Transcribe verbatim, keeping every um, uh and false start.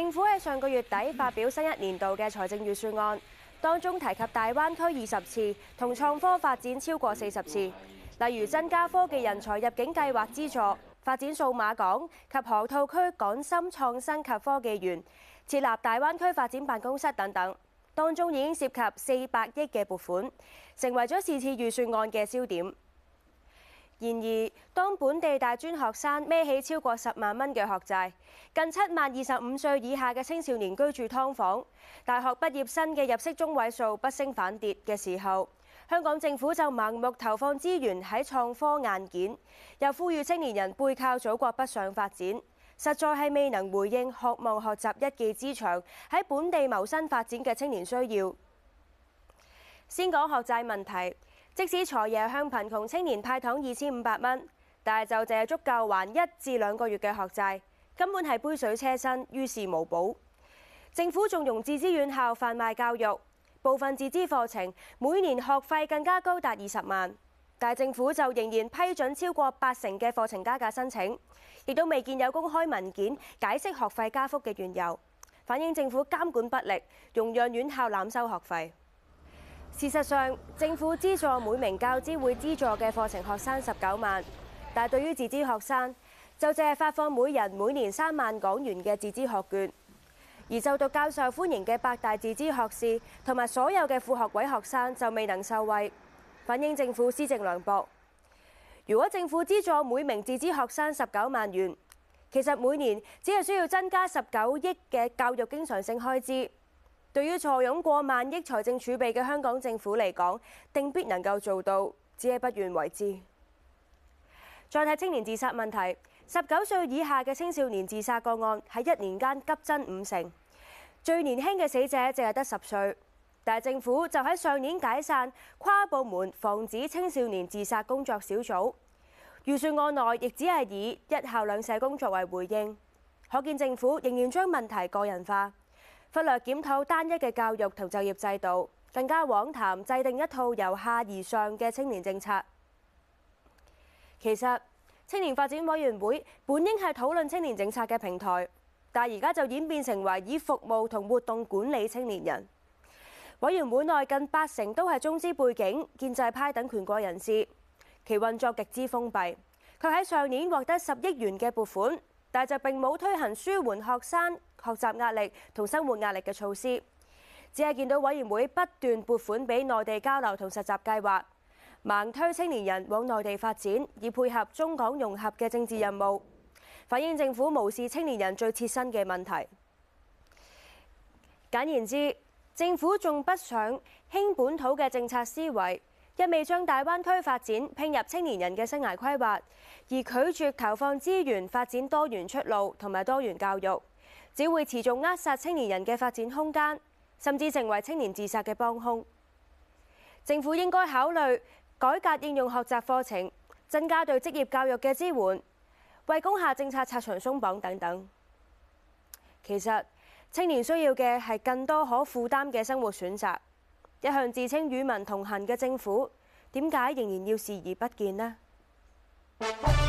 政府喺上個月底發表新一年度嘅財政預算案，當中提及大灣區二十次，同創科發展超過四十次。例如增加科技人才入境計劃資助、發展數碼港及河套區港深創新及科技園、設立大灣區發展辦公室等等，當中已經涉及四百億嘅撥款，成為咗是次預算案嘅焦點。然而，當本地大專學生孭起超過十萬蚊嘅學債，近七萬二十五歲以下嘅青少年居住劏房，大學畢業生嘅入息中位數不升反跌嘅時候，香港政府就盲目投放資源喺創科硬件，又呼籲青年人背靠祖國北上發展，實在係未能回應渴望學習一技之長喺本地謀生發展嘅青年需要。先講學債問題。即使財爺向貧窮青年派糖二千五百蚊，但係就淨係足夠還一至兩個月嘅學債，根本係杯水車薪，於事無補。政府仲用自資院校販賣教育，部分自資課程每年學費更加高達二十萬，但係政府就仍然批准超過八成嘅課程加價申請，亦都未見有公開文件解釋學費加幅嘅緣由，反映政府監管不力，容讓院校濫收學費。事實上，政府資助每名教資會資助嘅課程學生十九萬，但係對於自資學生就淨係發放每人每年三萬港元嘅自資學券，而就讀較受歡迎嘅百大自資學士同埋所有嘅副學位學生就未能受惠，反映政府施政涼薄。如果政府資助每名自資學生十九萬元，其實每年只係需要增加十九億嘅教育經常性開支。對於坐擁過萬億財政儲備嘅香港政府嚟講，定必能夠做到，只係不願為之。再睇青年自殺問題，十九歲以下嘅青少年自殺個案喺一年間急增五成，最年輕嘅死者淨係得十歲。但係政府就喺上年解散跨部門防止青少年自殺工作小組，預算案內亦只係以一校兩社工作為回應，可見政府仍然將問題個人化。忽略檢討單一嘅教育同就業制度，更加妄談制定一套由下而上嘅青年政策。其實青年發展委員會本應係討論青年政策嘅平台，但而家就演變成為以服務同活動管理青年人。委員會內近八成都係中資背景、建制派等權貴人士，其運作極之封閉。佢喺上年獲得十億元嘅撥款，但就並冇推行舒緩學生學習壓力同生活壓力嘅措施，只係見到委員會不斷撥款俾內地交流同實習計劃，盲推青年人往內地發展，以配合中港融合嘅政治任務，反映政府無視青年人最切身嘅問題。簡言之，政府仲不想興本土嘅政策思維，一味將大灣區發展拼入青年人嘅生涯規劃，而拒絕投放資源發展多元出路同埋多元教育，只會持續扼殺青年人嘅發展空間，甚至成為青年自殺嘅幫兇。政府應該考慮改革應用學習課程，增加對職業教育嘅支援，為工廈政策拆牆鬆綁等等。其實青年需要嘅係更多可負擔嘅生活選擇。一向自稱與民同行嘅政府，點解仍然要視而不見呢？